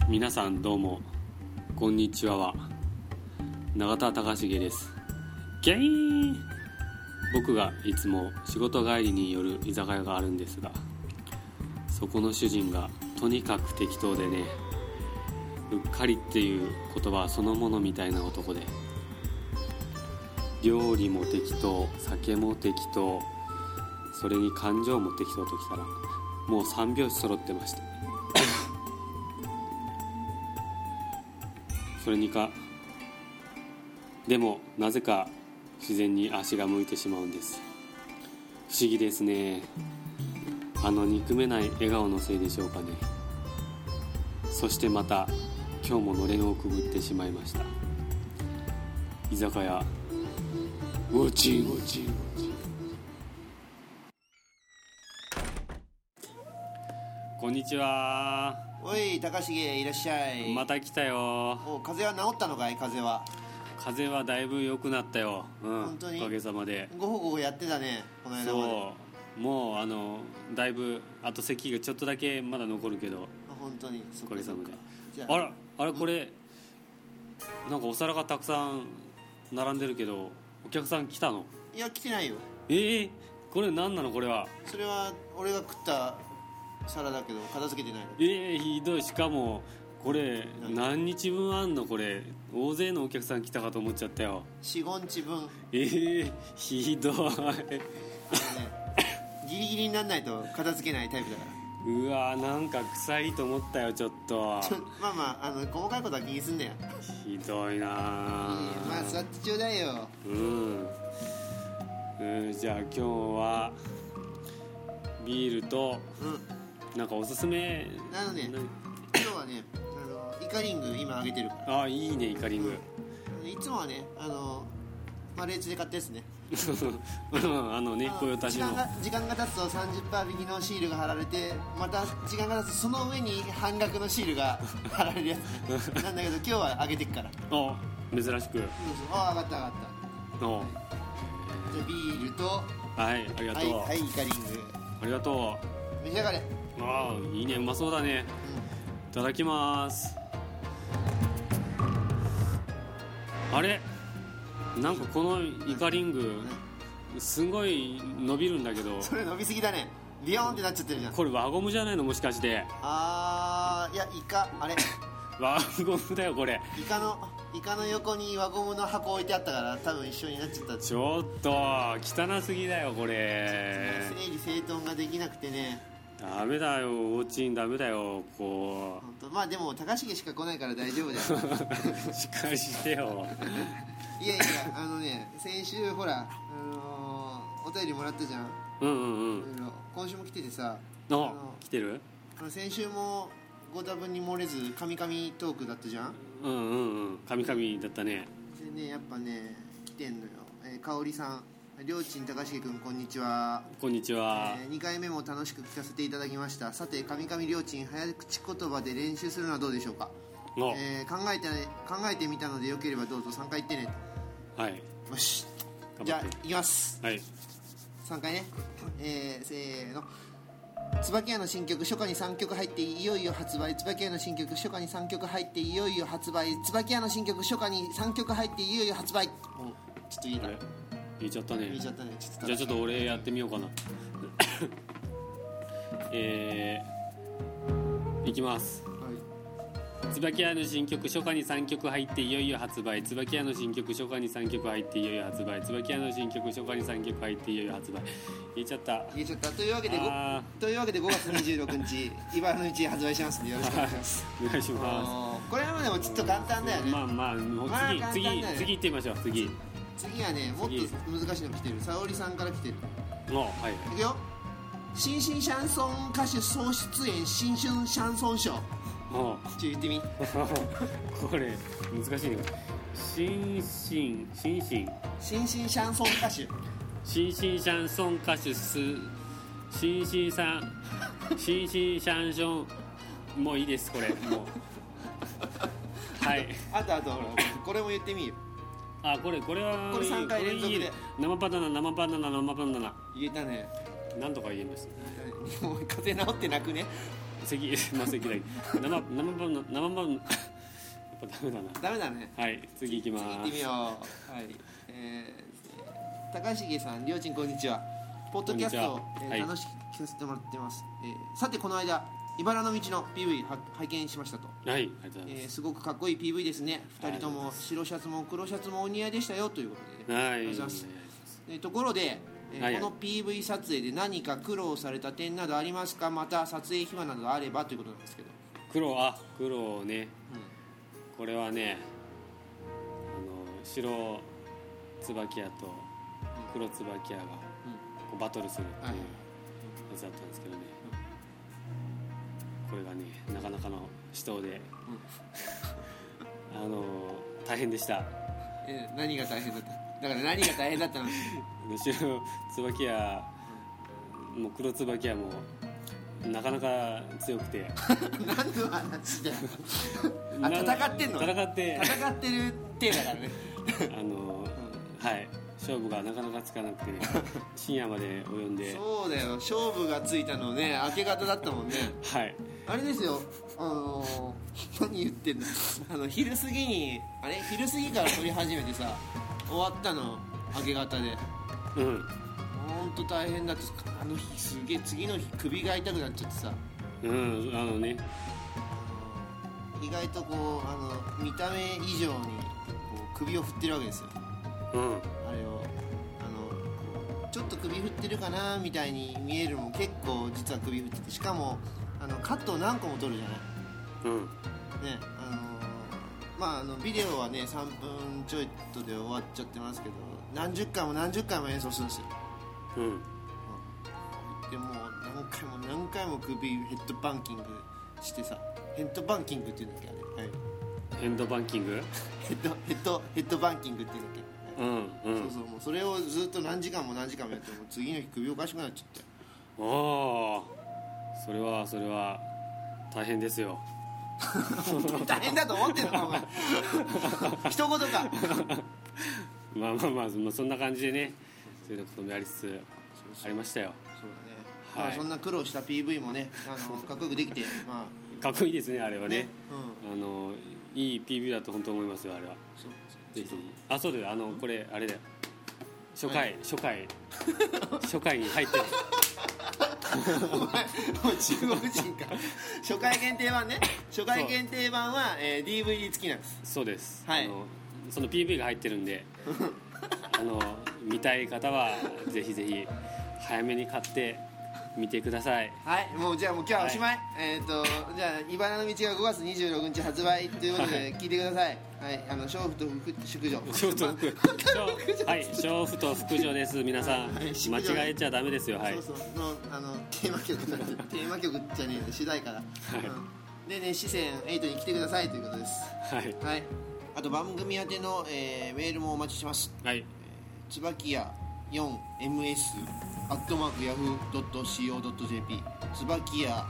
皆さんどうもこんにちは。永田隆重です。ギャイーン。僕がいつも仕事帰りに寄る居酒屋があるんですが、そこの主人がとにかく適当でね、うっかりっていう言葉そのものみたいな男で、料理も適当、酒も適当、それに感情も適当ときたらもう3拍子揃ってました。それにかでもなぜか自然に足が向いてしまうんです。不思議ですね。あの憎めない笑顔のせいでしょうかね。そしてまた今日ものれんをくぐってしまいました。居酒屋ウォチンウォチンウォチン。こんにちは。 おい高重いらっしゃい。 また来たよ。 お風邪は治ったのかい？風邪はだいぶ良くなったよ、 本当におかげさまで。 ごほごほやってたねこの間まで。 そうもうだいぶあと咳がちょっとだけまだ残るけど、 本当におかげさまで。 じゃあれこれなんかお皿がたくさん並んでるけどお客さん来たの？ いや来てないよ。 これ何なの？これはそれは俺が食った皿だけど片付けてないの。 ひどい。しかもこれ何日分あんの？これ大勢のお客さん来たかと思っちゃったよ。 4,5 日分。 ひどい。 ギリギリにならないと片付けないタイプだから。 うわなんか臭いと思ったよちょっと。 まあ細かいことは気にすんだよ。 ひどいな。 まあ座ってちょうだいよ。 じゃあ今日はビールと、なんかおすすめ。 今日はねイカリング今あげてるから。 いいねイカリング。 いつもはねレーツで買ったやつね。 こういうtasの時間が経つと 30% 引きのシールが貼られて、また時間が経つとその上に半額のシールが貼られるやつなんだけど今日はあげてっから。 珍しく。 上がった。じゃあビールと。 はい、ありがとう。 はいイカリングありがと召し上がれ。 いいね、うまそうだね。いただきます。あれなんかこのイカリングすごい伸びるんだけど。 それ伸びすぎだね。ビヨーンってなっちゃってるじゃん。 これ輪ゴムじゃないのもしかして？ いやイカあれ輪ゴムだよこれ。 イカの横に輪ゴムの箱置いてあったから多分一緒になっちゃった。 ちょっと汚すぎだよこれ。 整理整頓ができなくてね。 ダメだよウォッチン、ダメだよこう。でも高重しか来ないから大丈夫だよ。 しっかりしてよ。 いや先週ほらお便りもらったじゃん。今週も来ててさ。 来てる？ 先週もご多分に漏れずカミカミトークだったじゃん。 カミカミだったね。 でねやっぱね来てんのよ。香織さん、りょうちん高重くんこんにちは。 こんにちは。 2回目も楽しく聞かせていただきました。さてカミカミりょうちん早口言葉で練習するのはどうでしょうか。考えてみたのでよければどうぞ3回言ってね。 はい。 よし。じゃあいきます。 はい。 3回ね。せーの。椿屋の新曲初夏に3曲入っていよいよ発売。椿屋の新曲初夏に3曲入っていよいよ発売。椿屋の新曲初夏に3曲入っていよいよ発売。ちょっと言えた。 言えちゃったね。 じゃあちょっと俺やってみようかな。いきます。椿屋の新曲初夏に3曲入っていよいよ発売。椿屋の新曲初夏に3曲入っていよいよ発売。椿屋の新曲初夏に3曲入っていよいよ発売。言えちゃった。というわけで 5月26日茨の道発売しますのでよろしくお願いします。 お願いします。 これはでもちょっと簡単だよね。 次行ってみましょう。次はねもっと難しいの来てる。沙織さんから来てる。いくよ。新進シャンソン歌手総出演新春シャンソンショー。言ってみ。 これ難しいね。新進シャンソン歌手。 新進シャンソン歌手新進シャンソン。もういいですこれもう。はい。 あとこれも言ってみよ。 これはこれ3回連続で。 生バナナ。 言えたね。 なんとか言えます。 もう風邪治ってなくね。 まあ席だけ生番やっぱダメだな。 ダメだね。 はい次行きます。 次行ってみよう。はい、高橋さん、りょうちんこんにちは。ポッドキャスト、 はい、 楽しく聞かせてもらってます。さてこの間茨の道の PV 拝見しましたと。 はい、ありがとうございます。 すごくかっこいい PV ですね。2人とも白シャツも黒シャツもお似合いでしたよということで、ね、 はい、 ありがとうございます。ところで、 はい、 この PV 撮影で何か苦労された点などありますか。また撮影暇などあればということなんですけど。 苦労ね、これはね白椿屋と黒椿屋がこうバトルするっていうやつだったんですけどね、これがねなかなかの死闘で、大変でした。 何が大変だった。だから何が大変だったの。 白椿屋も黒椿屋もなかなか強くて何の話だよ。戦ってんの。戦ってる手だからね。 はい勝負がなかなかつかなくてね深夜まで及んで。 そうだよ、勝負がついたのね明け方だったもんね。 はいあれですよ、何言ってんの。昼過ぎに昼過ぎから撮り始めてさ終わったの明け方で。ほんと大変だって。あの日すげえ次の日首が痛くなっちゃってさ。 ね意外とこう見た目以上にこう首を振ってるわけですよ。あれをちょっと首振ってるかなみたいに見えるも結構実は首振ってて、しかもカットを何個も撮るじゃない。ね、まあビデオはね3分ちょいとで終わっちゃってますけど、何十回も演奏するんですよ。でも何回も首ヘッドバンキングしてさ。ヘッドバンキングっていうんだっけあれ。はい、 ヘッドバンキングヘッドバンキングっていうんだっけ。そうもうそれをずっと何時間もやっても次の日首おかしくなっちゃって。 それは大変ですよ。 大変だと思ってんのお前。一言か。 まあそんな感じでね、そういうこともやりつつありましたよ。 そうだね、そんな苦労した PV もねかっこよくできて、 かっこいいですねあれはね。いい PV だと本当思いますよあれは。ぜひそうだよ、これあれだよ、初回に入ってる。 お前中国人か。初回限定版ね。初回限定版は、DVD 付きなんです。 そうです、 はい、 その PV が入ってるんで見たい方はぜひぜひ早めに買って見てください。はい、 もうじゃあもう今日はおしまい。じゃあ茨の道が5月26日発売ということで聞いてください。はい、娼婦と淑女。 娼婦と淑女です。皆さん、間違えちゃダメですよ。はい。 そうのテーマ曲じゃねえの主題歌だ。でね、四川8に来てくださいということです。はい。あと番組宛ての、メールもお待ちします。 はい。 椿屋4ms@yahoo.co.jp 椿屋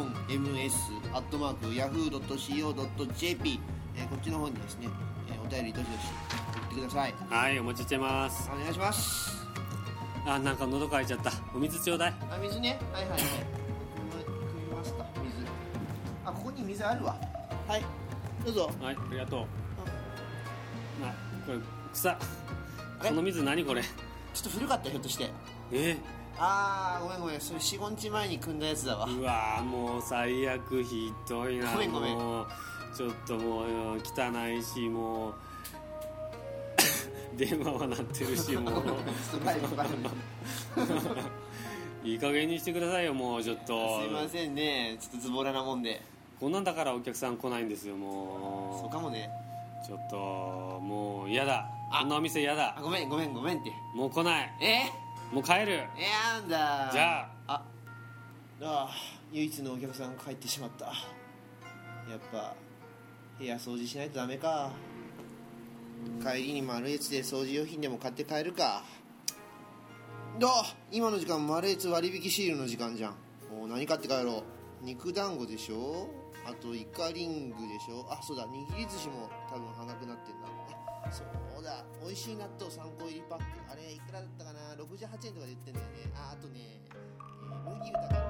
4ms@yahoo.co.jp こっちの方にですね、お便りどしどし送ってください。 はい、お待ちしてます。 お願いします。 なんか喉乾いちゃった。お水ちょうだい。 水ね。はい食いますか水。ここに水あるわ。はい、どうぞ。 はい、ありがとう。これ草。この水何これ。 ちょっと古かった。ひょっとして。 ごめんそれ 4,5 日前に組んだやつだわ。 うわもう最悪ひどいな。 ごめんちょっともう汚いし、もう電話は鳴ってるし、もういい加減にしてくださいよ、もうちょっと。 すいませんね、ちょっとズボラなもんで。 こんなんだからお客さん来ないんですよ。もうそうかもね。 ちょっともう嫌だ、こんなお店嫌だ。 ごめんって。 もう来ない。もう帰る。 なんだ。 じゃあ唯一のお客さん帰ってしまった。やっぱ部屋掃除しないとダメか。帰りにマルエツで掃除用品でも買って帰るか。今の時間マルエツ割引シールの時間じゃん。何買って帰ろう。肉団子でしょ、あとイカリングでしょ、そうだ、握り寿司も多分半額になってんな。そうだ、美味しい納豆3個入りパック、あれいくらだったかな、68円とかで売ってんだよね。あとね、麦豊